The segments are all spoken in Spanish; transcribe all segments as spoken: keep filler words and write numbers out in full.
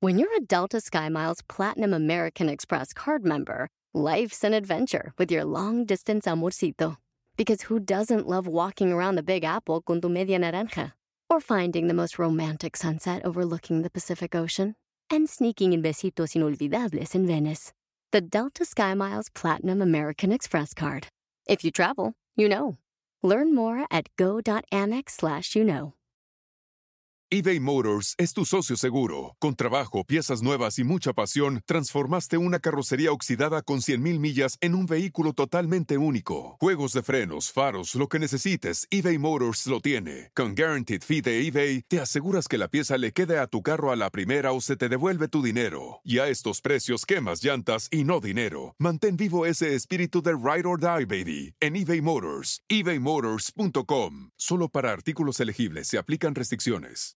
When you're a Delta SkyMiles Platinum American Express card member, life's an adventure with your long-distance amorcito. Because who doesn't love walking around the Big Apple con tu media naranja? Or finding the most romantic sunset overlooking the Pacific Ocean? And sneaking in besitos inolvidables in Venice. The Delta SkyMiles Platinum American Express card. If you travel, you know. Learn more at go.amex slash you know. eBay Motors es tu socio seguro. Con trabajo, piezas nuevas y mucha pasión, transformaste una carrocería oxidada con cien mil millas en un vehículo totalmente único. Juegos de frenos, faros, lo que necesites, eBay Motors lo tiene. Con Guaranteed Fee de eBay, te aseguras que la pieza le quede a tu carro a la primera o se te devuelve tu dinero. Y a estos precios, quemas llantas y no dinero. Mantén vivo ese espíritu de Ride or Die, baby, en eBay Motors. ebay motors punto com. Solo para artículos elegibles se aplican restricciones.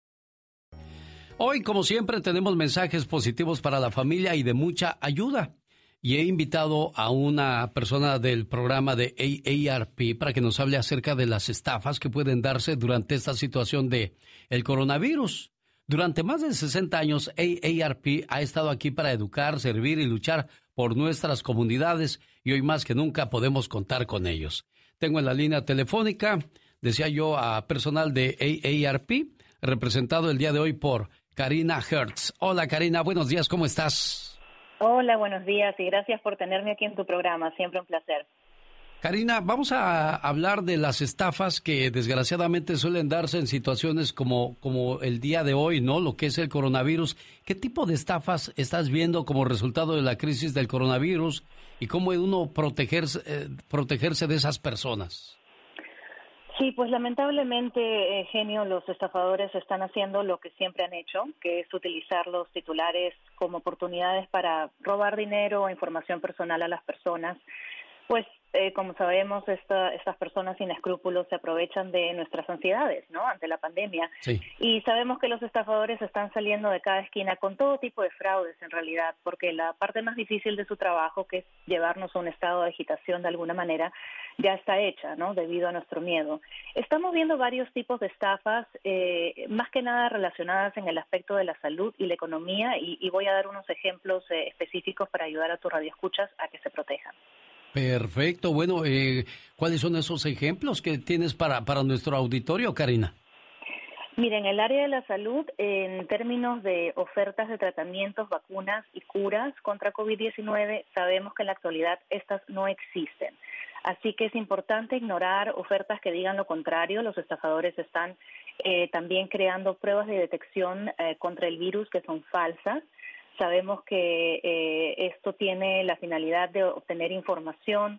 Hoy, como siempre, tenemos mensajes positivos para la familia y de mucha ayuda. Y he invitado a una persona del programa de A A R P para que nos hable acerca de las estafas que pueden darse durante esta situación de el coronavirus. Durante más de sesenta años, A A R P ha estado aquí para educar, servir y luchar por nuestras comunidades y hoy más que nunca podemos contar con ellos. Tengo en la línea telefónica, decía yo, a personal de A A R P, representado el día de hoy por Karina Hertz. Hola, Karina, buenos días, ¿cómo estás? Hola, buenos días y gracias por tenerme aquí en tu programa, siempre un placer. Karina, vamos a hablar de las estafas que desgraciadamente suelen darse en situaciones como, como el día de hoy, ¿no? Lo que es el coronavirus. ¿Qué tipo de estafas estás viendo como resultado de la crisis del coronavirus y cómo uno protegerse, eh, protegerse de esas personas? Sí, pues lamentablemente, eh, Genio, los estafadores están haciendo lo que siempre han hecho, que es utilizar los titulares como oportunidades para robar dinero o información personal a las personas. Pues, eh, como sabemos, esta, estas personas sin escrúpulos se aprovechan de nuestras ansiedades, ¿no?, ante la pandemia. Sí. Y sabemos que los estafadores están saliendo de cada esquina con todo tipo de fraudes, en realidad, porque la parte más difícil de su trabajo, que es llevarnos a un estado de agitación de alguna manera, ya está hecha, ¿no?, debido a nuestro miedo. Estamos viendo varios tipos de estafas, eh, más que nada relacionadas en el aspecto de la salud y la economía, y, y voy a dar unos ejemplos eh, específicos para ayudar a tus radioescuchas a que se protejan. Perfecto. Bueno, eh, ¿cuáles son esos ejemplos que tienes para, para nuestro auditorio, Karina? Miren, en el área de la salud, en términos de ofertas de tratamientos, vacunas y curas contra COVID diecinueve, sabemos que en la actualidad estas no existen. Así que es importante ignorar ofertas que digan lo contrario. Los estafadores están eh, también creando pruebas de detección eh, contra el virus que son falsas. Sabemos que eh, esto tiene la finalidad de obtener información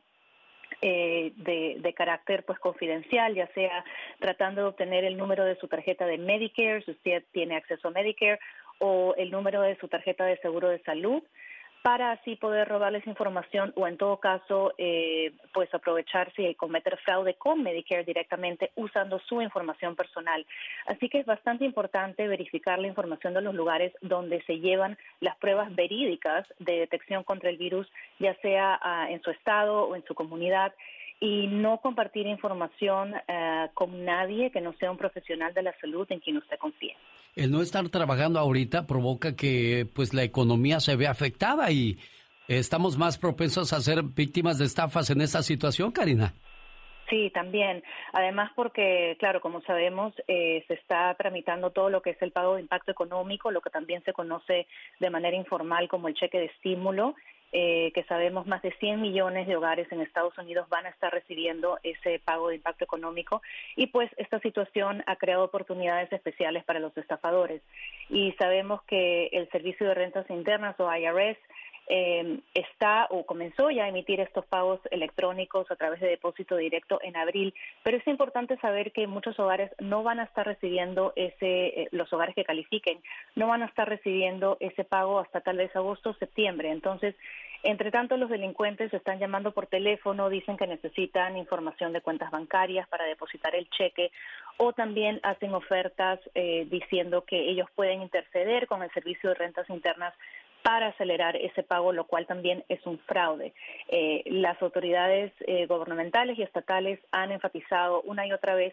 eh, de, de carácter pues confidencial, ya sea tratando de obtener el número de su tarjeta de Medicare, si usted tiene acceso a Medicare, o el número de su tarjeta de seguro de salud, para así poder robarles información o en todo caso eh, pues aprovecharse y cometer fraude con Medicare directamente usando su información personal. Así que es bastante importante verificar la información de los lugares donde se llevan las pruebas verídicas de detección contra el virus, ya sea uh, en su estado o en su comunidad, y no compartir información uh, con nadie que no sea un profesional de la salud en quien usted confíe. El no estar trabajando ahorita provoca que pues la economía se vea afectada y estamos más propensos a ser víctimas de estafas en esta situación, Karina. Sí, también. Además porque, claro, como sabemos, eh, se está tramitando todo lo que es el pago de impacto económico, lo que también se conoce de manera informal como el cheque de estímulo, eh, que sabemos más de cien millones de hogares en Estados Unidos van a estar recibiendo ese pago de impacto económico y pues esta situación ha creado oportunidades especiales para los estafadores. Y sabemos que el Servicio de Rentas Internas o I R S Eh, está o comenzó ya a emitir estos pagos electrónicos a través de depósito directo en abril, pero es importante saber que muchos hogares no van a estar recibiendo ese, eh, los hogares que califiquen, no van a estar recibiendo ese pago hasta tal vez agosto o septiembre. Entonces, entre tanto, los delincuentes están llamando por teléfono, dicen que necesitan información de cuentas bancarias para depositar el cheque, o también hacen ofertas eh, diciendo que ellos pueden interceder con el Servicio de Rentas Internas para acelerar ese pago, lo cual también es un fraude. Eh, las autoridades eh, gubernamentales y estatales han enfatizado una y otra vez que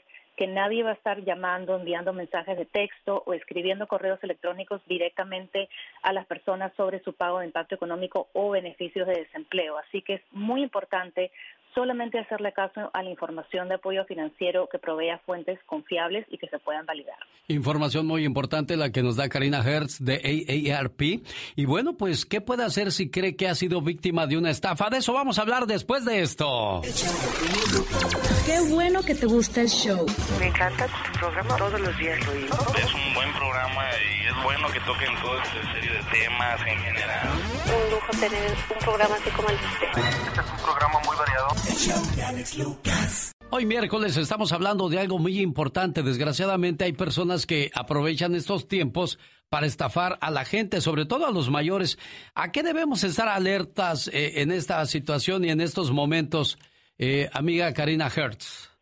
que nadie va a estar llamando, enviando mensajes de texto o escribiendo correos electrónicos directamente a las personas sobre su pago de impacto económico o beneficios de desempleo. Así que es muy importante solamente hacerle caso a la información de apoyo financiero que provea fuentes confiables y que se puedan validar. Información muy importante la que nos da Karina Hertz de A A R P. Y bueno, pues, ¿qué puede hacer si cree que ha sido víctima de una estafa? De eso vamos a hablar después de esto. Qué bueno que te gusta el show. Me encanta tu programa, todos los días lo oigo. Es un buen programa y es bueno que toquen toda esta serie de temas en general. Un lujo tener un programa así como el de usted. Este es un programa muy variado. El show de Alex Lucas. Hoy miércoles estamos hablando de algo muy importante. Desgraciadamente hay personas que aprovechan estos tiempos para estafar a la gente, sobre todo a los mayores. ¿A qué debemos estar alertas eh, en esta situación y en estos momentos, eh, amiga Karina Hertz?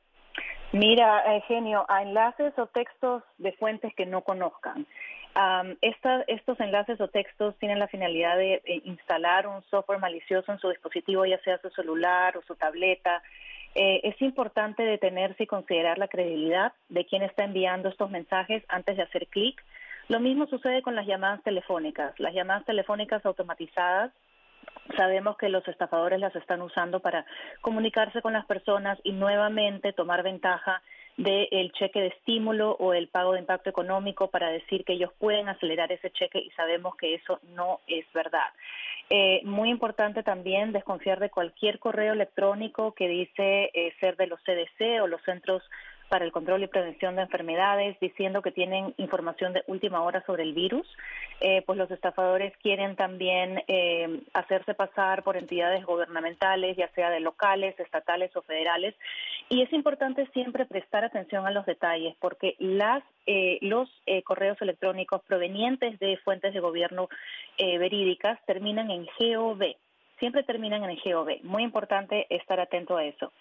Mira, Eugenio, a enlaces o textos de fuentes que no conozcan. Um, esta, estos enlaces o textos tienen la finalidad de, de instalar un software malicioso en su dispositivo, ya sea su celular o su tableta. Eh, es importante detenerse y considerar la credibilidad de quien está enviando estos mensajes antes de hacer clic. Lo mismo sucede con las llamadas telefónicas. Las llamadas telefónicas automatizadas, sabemos que los estafadores las están usando para comunicarse con las personas y nuevamente tomar ventaja del cheque de estímulo o el pago de impacto económico para decir que ellos pueden acelerar ese cheque, y sabemos que eso no es verdad. Eh, muy importante también desconfiar de cualquier correo electrónico que dice eh, ser de los C D C o los Centros para el Control y Prevención de Enfermedades, diciendo que tienen información de última hora sobre el virus. Eh, pues los estafadores quieren también eh, hacerse pasar por entidades gubernamentales, ya sea de locales, estatales o federales. Y es importante siempre prestar atención a los detalles, porque las eh, los eh, correos electrónicos provenientes de fuentes de gobierno eh, verídicas terminan en G O V. Siempre terminan en G O V. Muy importante estar atento a eso.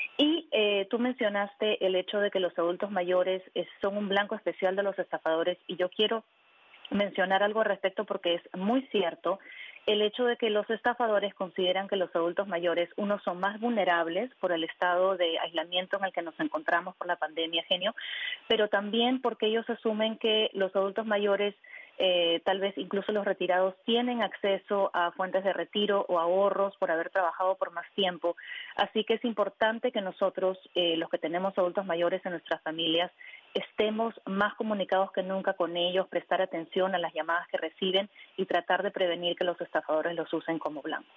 Y eh, tú mencionaste el hecho de que los adultos mayores eh, son un blanco especial de los estafadores, y yo quiero mencionar algo al respecto porque es muy cierto el hecho de que los estafadores consideran que los adultos mayores, unos son más vulnerables por el estado de aislamiento en el que nos encontramos por la pandemia, genio, pero también porque ellos asumen que los adultos mayores, Eh, tal vez incluso los retirados, tienen acceso a fuentes de retiro o ahorros por haber trabajado por más tiempo. Así que es importante que nosotros, eh, los que tenemos adultos mayores en nuestras familias, estemos más comunicados que nunca con ellos, prestar atención a las llamadas que reciben y tratar de prevenir que los estafadores los usen como blanco.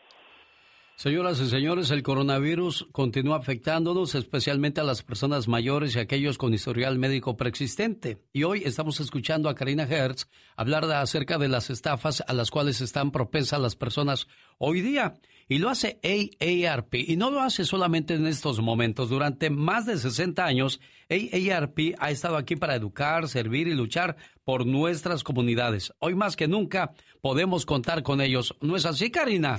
Señoras y señores, el coronavirus continúa afectándonos, especialmente a las personas mayores y a aquellos con historial médico preexistente. Y hoy estamos escuchando a Karina Hertz hablar de, acerca de las estafas a las cuales están propensas las personas hoy día. Y lo hace A A R P. Y no lo hace solamente en estos momentos. Durante más de sesenta años, A A R P ha estado aquí para educar, servir y luchar por nuestras comunidades. Hoy más que nunca podemos contar con ellos. ¿No es así, Karina?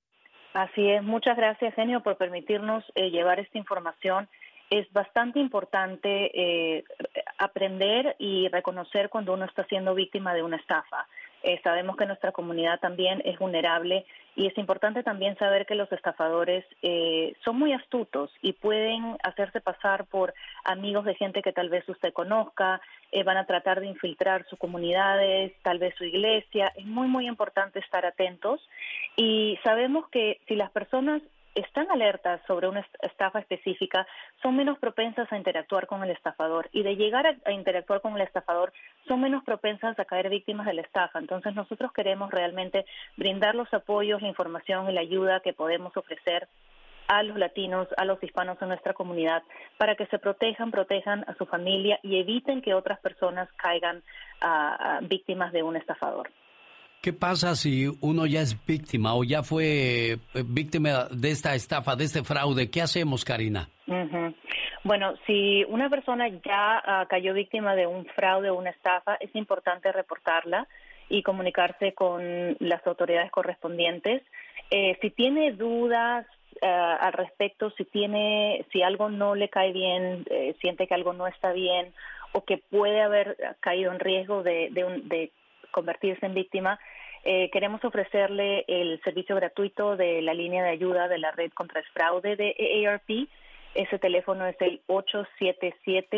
Así es. Muchas gracias, Genio, por permitirnos eh, llevar esta información. Es bastante importante eh, aprender y reconocer cuando uno está siendo víctima de una estafa. Eh, sabemos que nuestra comunidad también es vulnerable, y es importante también saber que los estafadores eh, son muy astutos y pueden hacerse pasar por amigos de gente que tal vez usted conozca, eh, van a tratar de infiltrar sus comunidades, tal vez su iglesia. Es muy, muy importante estar atentos, y sabemos que si las personas están alertas sobre una estafa específica, son menos propensas a interactuar con el estafador, y de llegar a, a interactuar con el estafador, son menos propensas a caer víctimas de la estafa. Entonces nosotros queremos realmente brindar los apoyos, la información y la ayuda que podemos ofrecer a los latinos, a los hispanos en nuestra comunidad, para que se protejan, protejan a su familia y eviten que otras personas caigan uh, víctimas de un estafador. ¿Qué pasa si uno ya es víctima o ya fue víctima de esta estafa, de este fraude? ¿Qué hacemos, Karina? Uh-huh. Bueno, si una persona ya uh, cayó víctima de un fraude o una estafa, es importante reportarla y comunicarse con las autoridades correspondientes. Eh, si tiene dudas uh, al respecto, si tiene, si algo no le cae bien, eh, siente que algo no está bien o que puede haber caído en riesgo de, de, un, de convertirse en víctima, eh, queremos ofrecerle el servicio gratuito de la línea de ayuda de la Red contra el Fraude de A A R P. Ese teléfono es el ocho siete siete,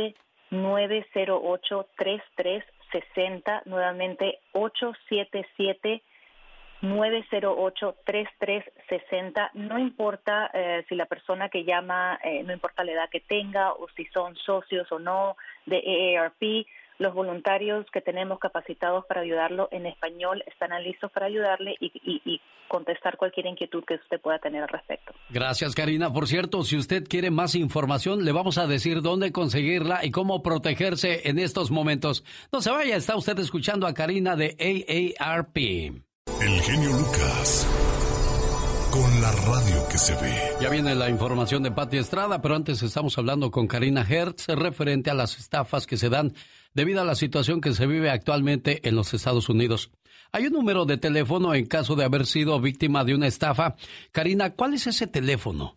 nueve cero ocho, tres tres seis cero, nuevamente ocho siete siete, nueve cero ocho, tres tres seis cero. No importa eh, si la persona que llama, eh, no importa la edad que tenga o si son socios o no de A A R P, los voluntarios que tenemos capacitados para ayudarlo en español están listos para ayudarle y, y, y contestar cualquier inquietud que usted pueda tener al respecto. Gracias, Karina. Por cierto, si usted quiere más información, le vamos a decir dónde conseguirla y cómo protegerse en estos momentos. No se vaya, está usted escuchando a Karina de A A R P. El genio Lucas, con la radio que se ve. Ya viene la información de Pati Estrada, pero antes estamos hablando con Karina Hertz referente a las estafas que se dan debido a la situación que se vive actualmente en los Estados Unidos. Hay un número de teléfono en caso de haber sido víctima de una estafa. Karina, ¿cuál es ese teléfono?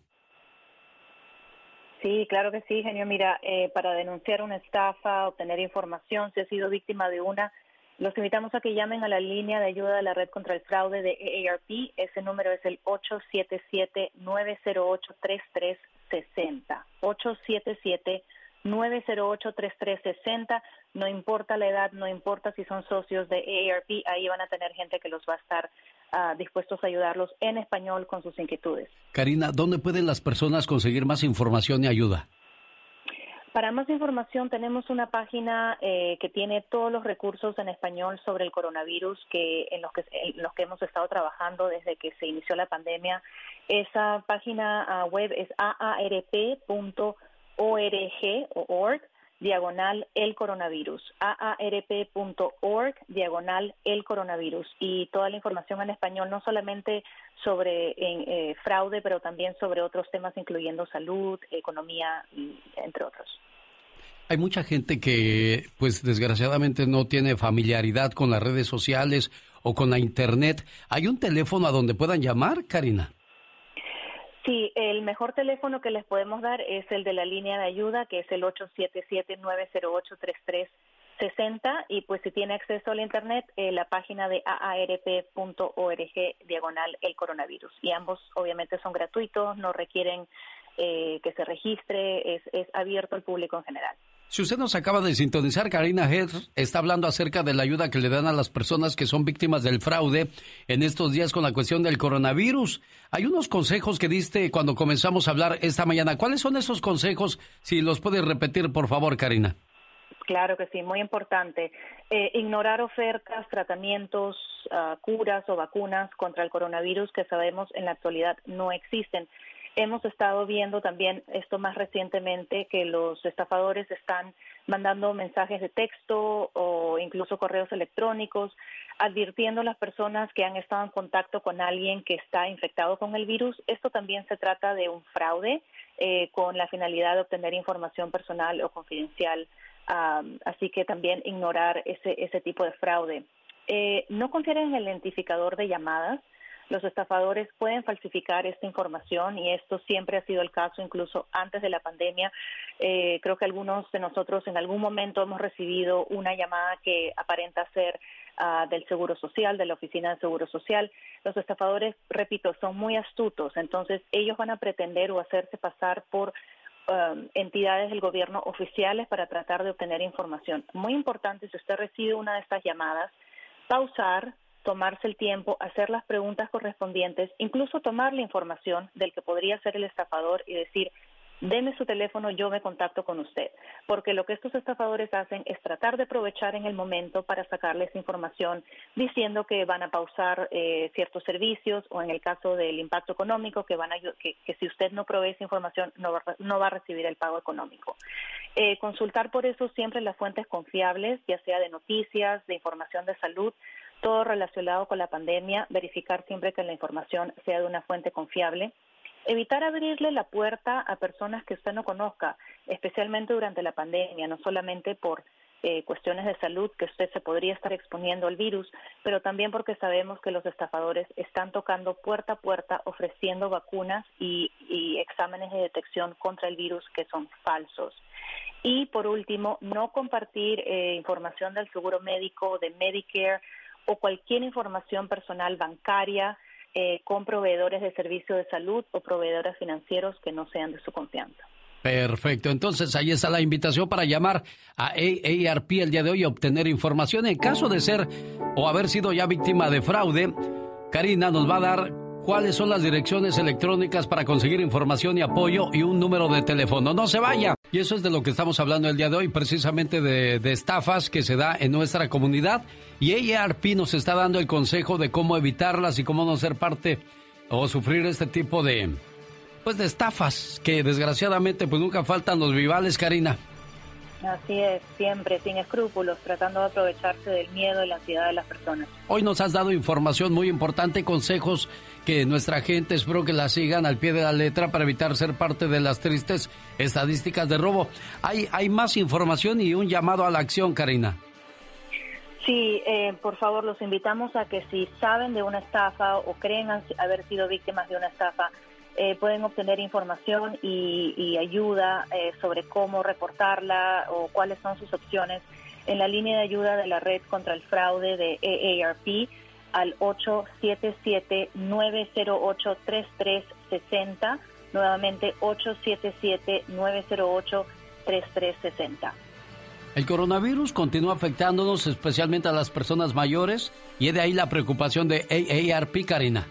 Sí, claro que sí, genio. Mira, eh, para denunciar una estafa, obtener información, si ha sido víctima de una, los invitamos a que llamen a la línea de ayuda de la Red contra el Fraude de A A R P. Ese número es el ocho siete siete, nueve cero ocho, tres tres seis cero. ocho siete siete, nueve cero ocho, tres tres seis cero. No importa la edad, no importa si son socios de A A R P, ahí van a tener gente que los va a estar uh, dispuestos a ayudarlos en español con sus inquietudes. Karina, ¿dónde pueden las personas conseguir más información y ayuda? Para más información tenemos una página eh, que tiene todos los recursos en español sobre el coronavirus que en los que en los que hemos estado trabajando desde que se inició la pandemia. Esa página uh, web es a a r p punto org o org diagonal el coronavirus. a a r p punto org diagonal el coronavirus. Y toda la información en español, no solamente sobre en, eh, fraude, pero también sobre otros temas incluyendo salud, economía, y, entre otros. Hay mucha gente que, pues desgraciadamente no tiene familiaridad con las redes sociales o con la internet. ¿Hay un teléfono a donde puedan llamar, Karina? Sí, el mejor teléfono que les podemos dar es el de la línea de ayuda, que es el ocho siete siete, nueve cero ocho, tres tres seis cero, y pues si tiene acceso a la internet, eh, la página de a a r p punto org diagonal el coronavirus. Y ambos obviamente son gratuitos, no requieren eh, que se registre, es, es abierto al público en general. Si usted nos acaba de sintonizar, Karina Hertz está hablando acerca de la ayuda que le dan a las personas que son víctimas del fraude en estos días con la cuestión del coronavirus. Hay unos consejos que diste cuando comenzamos a hablar esta mañana. ¿Cuáles son esos consejos? Si los puedes repetir, por favor, Karina. Claro que sí, muy importante. Eh, ignorar ofertas, tratamientos, uh, curas o vacunas contra el coronavirus que sabemos en la actualidad no existen. Hemos estado viendo también esto más recientemente, que los estafadores están mandando mensajes de texto o incluso correos electrónicos, advirtiendo a las personas que han estado en contacto con alguien que está infectado con el virus. Esto también se trata de un fraude eh, con la finalidad de obtener información personal o confidencial. Um, así que también ignorar ese, ese tipo de fraude. Eh, no confiar en el identificador de llamadas. Los estafadores pueden falsificar esta información y esto siempre ha sido el caso incluso antes de la pandemia. Eh, creo que algunos de nosotros en algún momento hemos recibido una llamada que aparenta ser uh, del Seguro Social, de la Oficina del Seguro Social. Los estafadores, repito, son muy astutos, entonces ellos van a pretender o hacerse pasar por Um, entidades del gobierno oficiales para tratar de obtener información. Muy importante, si usted recibe una de estas llamadas, pausar, tomarse el tiempo, hacer las preguntas correspondientes, incluso tomar la información del que podría ser el estafador y decir, deme su teléfono, yo me contacto con usted. Porque lo que estos estafadores hacen es tratar de aprovechar en el momento para sacarles información diciendo que van a pausar eh, ciertos servicios o en el caso del impacto económico que van a que, que si usted no provee esa información no va, no va a recibir el pago económico. Eh, consultar por eso siempre las fuentes confiables, ya sea de noticias, de información de salud, todo relacionado con la pandemia, verificar siempre que la información sea de una fuente confiable. Evitar abrirle la puerta a personas que usted no conozca, especialmente durante la pandemia, no solamente por eh, cuestiones de salud que usted se podría estar exponiendo al virus, pero también porque sabemos que los estafadores están tocando puerta a puerta ofreciendo vacunas y, y exámenes de detección contra el virus que son falsos. Y por último, no compartir eh, información del seguro médico, de Medicare o cualquier información personal bancaria, Eh, con proveedores de servicio de salud o proveedores financieros que no sean de su confianza. Perfecto, entonces ahí está la invitación para llamar a A A R P el día de hoy y obtener información. En caso de ser o haber sido ya víctima de fraude, Karina nos va a dar cuáles son las direcciones electrónicas para conseguir información y apoyo y un número de teléfono. No se vaya. Y eso es de lo que estamos hablando el día de hoy, precisamente de, de estafas que se da en nuestra comunidad. Y A A R P nos está dando el consejo de cómo evitarlas y cómo no ser parte o sufrir este tipo de, pues, de estafas que desgraciadamente pues nunca faltan los vivales, Karina. Así es, siempre sin escrúpulos, tratando de aprovecharse del miedo y la ansiedad de las personas. Hoy nos has dado información muy importante, consejos que nuestra gente espero que la sigan al pie de la letra para evitar ser parte de las tristes estadísticas de robo. Hay, hay más información y un llamado a la acción, Karina. Sí, eh, por favor, los invitamos a que si saben de una estafa o creen haber sido víctimas de una estafa, Eh, pueden obtener información y, y ayuda eh, sobre cómo reportarla o cuáles son sus opciones en la línea de ayuda de la Red contra el Fraude de A A R P al ocho siete siete, nueve cero ocho, tres tres seis cero, nuevamente ocho siete siete, nueve cero ocho, tres tres seis cero. El coronavirus continúa afectándonos, especialmente a las personas mayores, y es de ahí la preocupación de A A R P, Karina.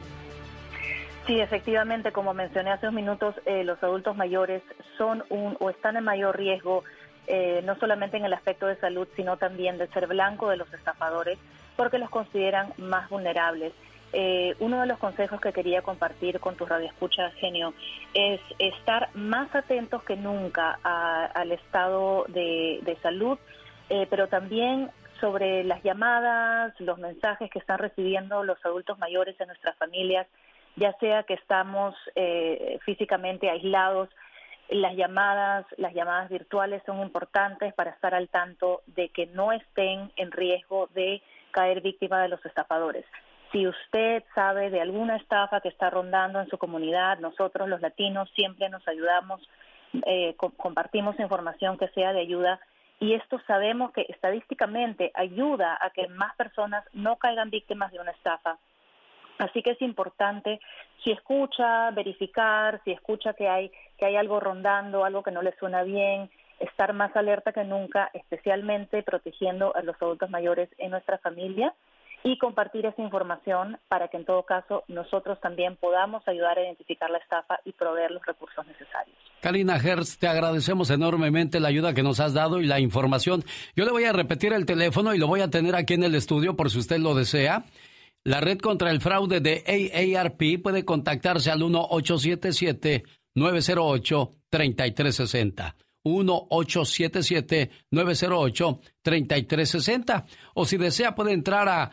Sí, efectivamente, como mencioné hace unos minutos, eh, los adultos mayores son un o están en mayor riesgo, eh, no solamente en el aspecto de salud, sino también de ser blanco de los estafadores, porque los consideran más vulnerables. Eh, uno de los consejos que quería compartir con tus radioescuchas, Genio, es estar más atentos que nunca a, al estado de, de salud, eh, pero también sobre las llamadas, los mensajes que están recibiendo los adultos mayores en nuestras familias, ya sea que estamos eh, físicamente aislados. Las llamadas, las llamadas virtuales son importantes para estar al tanto de que no estén en riesgo de caer víctima de los estafadores. Si usted sabe de alguna estafa que está rondando en su comunidad, nosotros los latinos siempre nos ayudamos, eh, co- compartimos información que sea de ayuda, y esto sabemos que estadísticamente ayuda a que más personas no caigan víctimas de una estafa. Así que es importante, si escucha, verificar, si escucha que hay que hay algo rondando, algo que no le suena bien, estar más alerta que nunca, especialmente protegiendo a los adultos mayores en nuestra familia, y compartir esa información para que en todo caso nosotros también podamos ayudar a identificar la estafa y proveer los recursos necesarios. Karina Hertz, te agradecemos enormemente la ayuda que nos has dado y la información. Yo le voy a repetir el teléfono y lo voy a tener aquí en el estudio por si usted lo desea. La Red contra el Fraude de A A R P puede contactarse al uno ocho siete siete, nueve cero ocho, tres tres seis cero. uno ocho siete siete, nueve cero ocho, tres tres seis cero. O si desea puede entrar a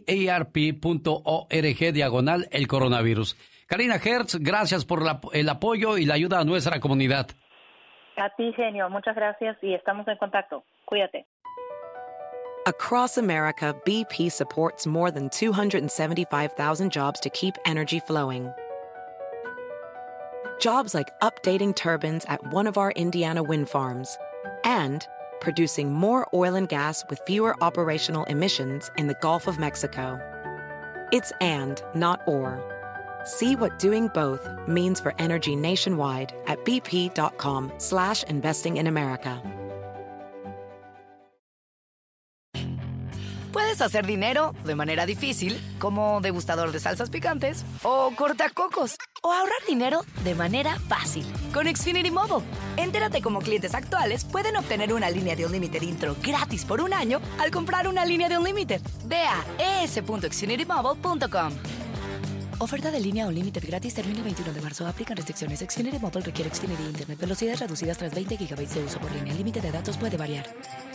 aarp.org diagonal el coronavirus. Karina Hertz, gracias por la, el apoyo y la ayuda a nuestra comunidad. A ti, Genio, muchas gracias y estamos en contacto. Cuídate. Across America, B P supports more than two hundred seventy-five thousand jobs to keep energy flowing. Jobs like updating turbines at one of our Indiana wind farms and producing more oil and gas with fewer operational emissions in the Gulf of Mexico. It's and, not or. See what doing both means for energy nationwide at bp.com slash investing in America. Puedes hacer dinero de manera difícil, como degustador de salsas picantes, o cortacocos, o ahorrar dinero de manera fácil con Xfinity Mobile. Entérate cómo clientes actuales pueden obtener una línea de Unlimited intro gratis por un año al comprar una línea de Unlimited. Ve a e s punto xfinity mobile punto com. Oferta de línea Unlimited gratis termina el veintiuno de marzo. Aplican restricciones. Xfinity Mobile requiere Xfinity Internet. Velocidades reducidas tras veinte gigabytes de uso por línea. El límite de datos puede variar.